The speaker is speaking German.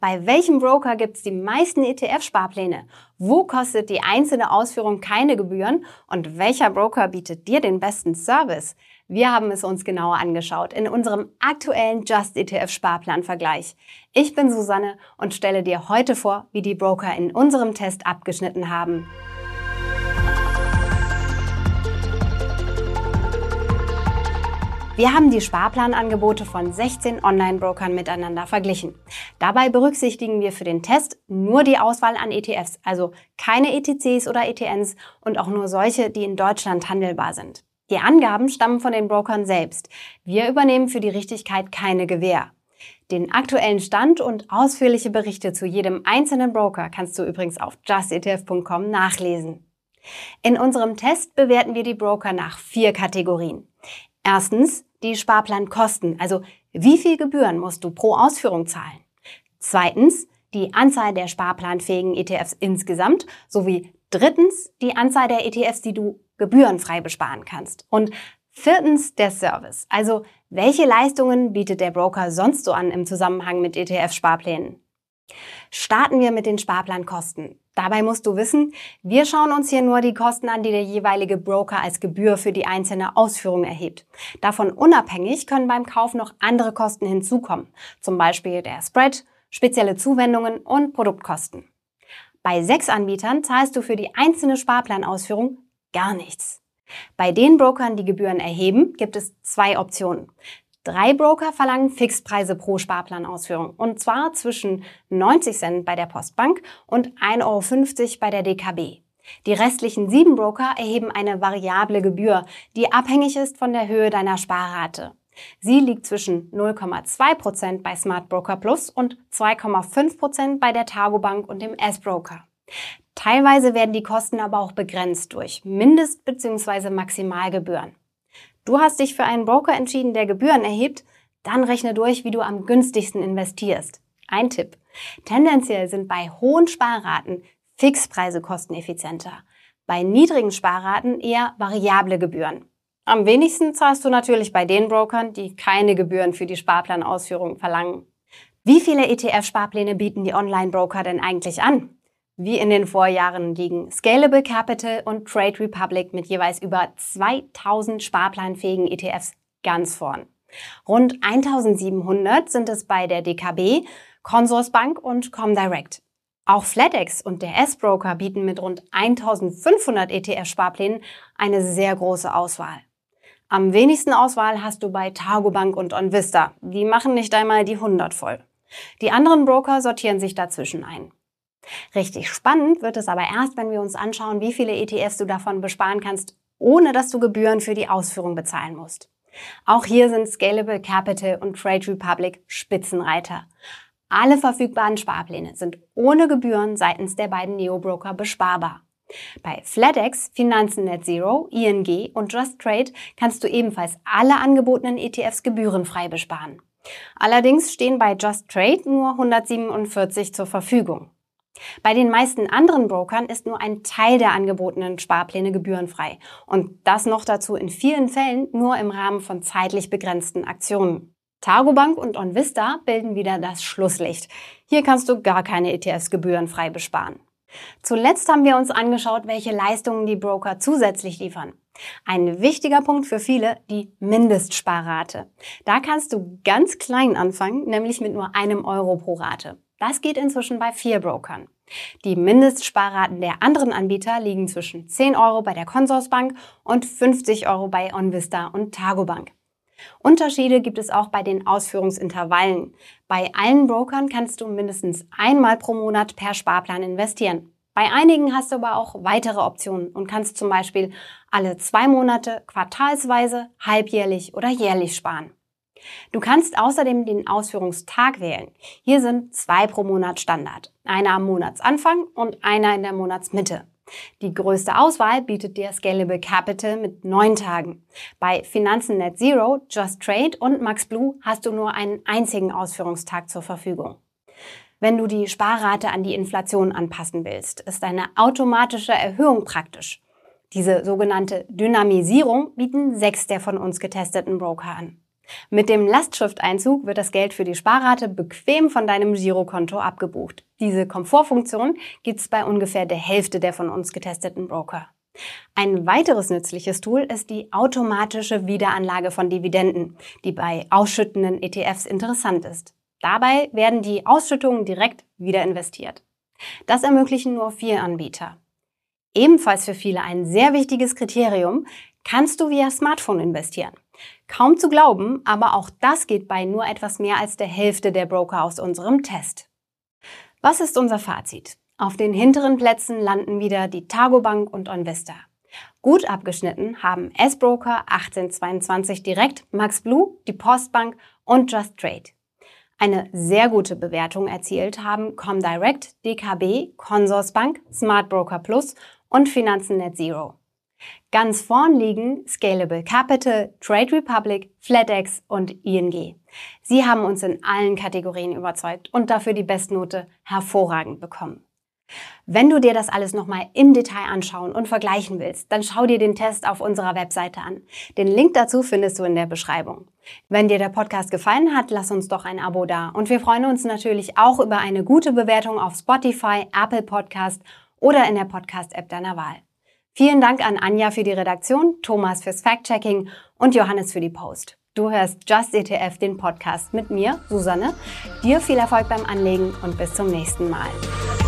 Bei welchem Broker gibt es die meisten ETF-Sparpläne? Wo kostet die einzelne Ausführung keine Gebühren? Und welcher Broker bietet dir den besten Service? Wir haben es uns genauer angeschaut in unserem aktuellen Just ETF-Sparplan-Vergleich. Ich bin Susanne und stelle dir heute vor, wie die Broker in unserem Test abgeschnitten haben. Wir haben die Sparplanangebote von 16 Online-Brokern miteinander verglichen. Dabei berücksichtigen wir für den Test nur die Auswahl an ETFs, also keine ETCs oder ETNs und auch nur solche, die in Deutschland handelbar sind. Die Angaben stammen von den Brokern selbst. Wir übernehmen für die Richtigkeit keine Gewähr. Den aktuellen Stand und ausführliche Berichte zu jedem einzelnen Broker kannst du übrigens auf justetf.com nachlesen. In unserem Test bewerten wir die Broker nach 4 Kategorien. Erstens die Sparplankosten, also wie viel Gebühren musst du pro Ausführung zahlen. Zweitens die Anzahl der sparplanfähigen ETFs insgesamt, sowie drittens die Anzahl der ETFs, die du gebührenfrei besparen kannst. Und viertens der Service, also welche Leistungen bietet der Broker sonst so an im Zusammenhang mit ETF-Sparplänen. Starten wir mit den Sparplankosten. Dabei musst du wissen, wir schauen uns hier nur die Kosten an, die der jeweilige Broker als Gebühr für die einzelne Ausführung erhebt. Davon unabhängig können beim Kauf noch andere Kosten hinzukommen, zum Beispiel der Spread, spezielle Zuwendungen und Produktkosten. Bei 6 Anbietern zahlst du für die einzelne Sparplanausführung gar nichts. Bei den Brokern, die Gebühren erheben, gibt es 2 Optionen. 3 Broker verlangen Fixpreise pro Sparplanausführung, und zwar zwischen 90 Cent bei der Postbank und 1,50 € bei der DKB. Die restlichen 7 Broker erheben eine variable Gebühr, die abhängig ist von der Höhe deiner Sparrate. Sie liegt zwischen 0,2% bei Smart Broker Plus und 2,5% bei der Targobank und dem S-Broker. Teilweise werden die Kosten aber auch begrenzt durch Mindest- bzw. Maximalgebühren. Du hast dich für einen Broker entschieden, der Gebühren erhebt? Dann rechne durch, wie du am günstigsten investierst. Ein Tipp: Tendenziell sind bei hohen Sparraten Fixpreise kosteneffizienter. Bei niedrigen Sparraten eher variable Gebühren. Am wenigsten zahlst du natürlich bei den Brokern, die keine Gebühren für die Sparplanausführung verlangen. Wie viele ETF-Sparpläne bieten die Online-Broker denn eigentlich an? Wie in den Vorjahren liegen Scalable Capital und Trade Republic mit jeweils über 2000 sparplanfähigen ETFs ganz vorn. Rund 1700 sind es bei der DKB, Consorsbank und Comdirect. Auch Flatex und der S-Broker bieten mit rund 1500 ETF-Sparplänen eine sehr große Auswahl. Am wenigsten Auswahl hast du bei Targobank und OnVista. Die machen nicht einmal die 100 voll. Die anderen Broker sortieren sich dazwischen ein. Richtig spannend wird es aber erst, wenn wir uns anschauen, wie viele ETFs du davon besparen kannst, ohne dass du Gebühren für die Ausführung bezahlen musst. Auch hier sind Scalable Capital und Trade Republic Spitzenreiter. Alle verfügbaren Sparpläne sind ohne Gebühren seitens der beiden Neo-Broker besparbar. Bei Flatex, Finanzen Net Zero, ING und Just Trade kannst du ebenfalls alle angebotenen ETFs gebührenfrei besparen. Allerdings stehen bei Just Trade nur 147 zur Verfügung. Bei den meisten anderen Brokern ist nur ein Teil der angebotenen Sparpläne gebührenfrei und das noch dazu in vielen Fällen nur im Rahmen von zeitlich begrenzten Aktionen. Targobank und OnVista bilden wieder das Schlusslicht. Hier kannst du gar keine ETFs gebührenfrei besparen. Zuletzt haben wir uns angeschaut, welche Leistungen die Broker zusätzlich liefern. Ein wichtiger Punkt für viele, die Mindestsparrate. Da kannst du ganz klein anfangen, nämlich mit nur 1 € pro Rate. Das geht inzwischen bei 4 Brokern. Die Mindestsparraten der anderen Anbieter liegen zwischen 10 € bei der Consorsbank und 50 € bei OnVista und Targobank. Unterschiede gibt es auch bei den Ausführungsintervallen. Bei allen Brokern kannst du mindestens einmal pro Monat per Sparplan investieren. Bei einigen hast du aber auch weitere Optionen und kannst zum Beispiel alle 2 Monate, quartalsweise, halbjährlich oder jährlich sparen. Du kannst außerdem den Ausführungstag wählen. Hier sind 2 pro Monat Standard. Einer am Monatsanfang und einer in der Monatsmitte. Die größte Auswahl bietet dir Scalable Capital mit 9 Tagen. Bei Finanzen Net Zero, Just Trade und MaxBlue hast du nur einen einzigen Ausführungstag zur Verfügung. Wenn du die Sparrate an die Inflation anpassen willst, ist eine automatische Erhöhung praktisch. Diese sogenannte Dynamisierung bieten 6 der von uns getesteten Broker an. Mit dem Lastschrifteinzug wird das Geld für die Sparrate bequem von deinem Girokonto abgebucht. Diese Komfortfunktion gibt es bei ungefähr der Hälfte der von uns getesteten Broker. Ein weiteres nützliches Tool ist die automatische Wiederanlage von Dividenden, die bei ausschüttenden ETFs interessant ist. Dabei werden die Ausschüttungen direkt wieder investiert. Das ermöglichen nur 4 Anbieter. Ebenfalls für viele ein sehr wichtiges Kriterium: kannst du via Smartphone investieren. Kaum zu glauben, aber auch das geht bei nur etwas mehr als der Hälfte der Broker aus unserem Test. Was ist unser Fazit? Auf den hinteren Plätzen landen wieder die Targobank und OnVista. Gut abgeschnitten haben S-Broker, 1822 Direkt, Max Blue, die Postbank und Just Trade. Eine sehr gute Bewertung erzielt haben Comdirect, DKB, Consorsbank, Smart Broker Plus und Finanzen Net Zero. Ganz vorn liegen Scalable Capital, Trade Republic, FlatEx und ING. Sie haben uns in allen Kategorien überzeugt und dafür die Bestnote hervorragend bekommen. Wenn du dir das alles nochmal im Detail anschauen und vergleichen willst, dann schau dir den Test auf unserer Webseite an. Den Link dazu findest du in der Beschreibung. Wenn dir der Podcast gefallen hat, lass uns doch ein Abo da. Und wir freuen uns natürlich auch über eine gute Bewertung auf Spotify, Apple Podcast oder in der Podcast-App deiner Wahl. Vielen Dank an Anja für die Redaktion, Thomas fürs Fact-Checking und Johannes für die Post. Du hörst Just ETF, den Podcast mit mir, Susanne. Dir viel Erfolg beim Anlegen und bis zum nächsten Mal.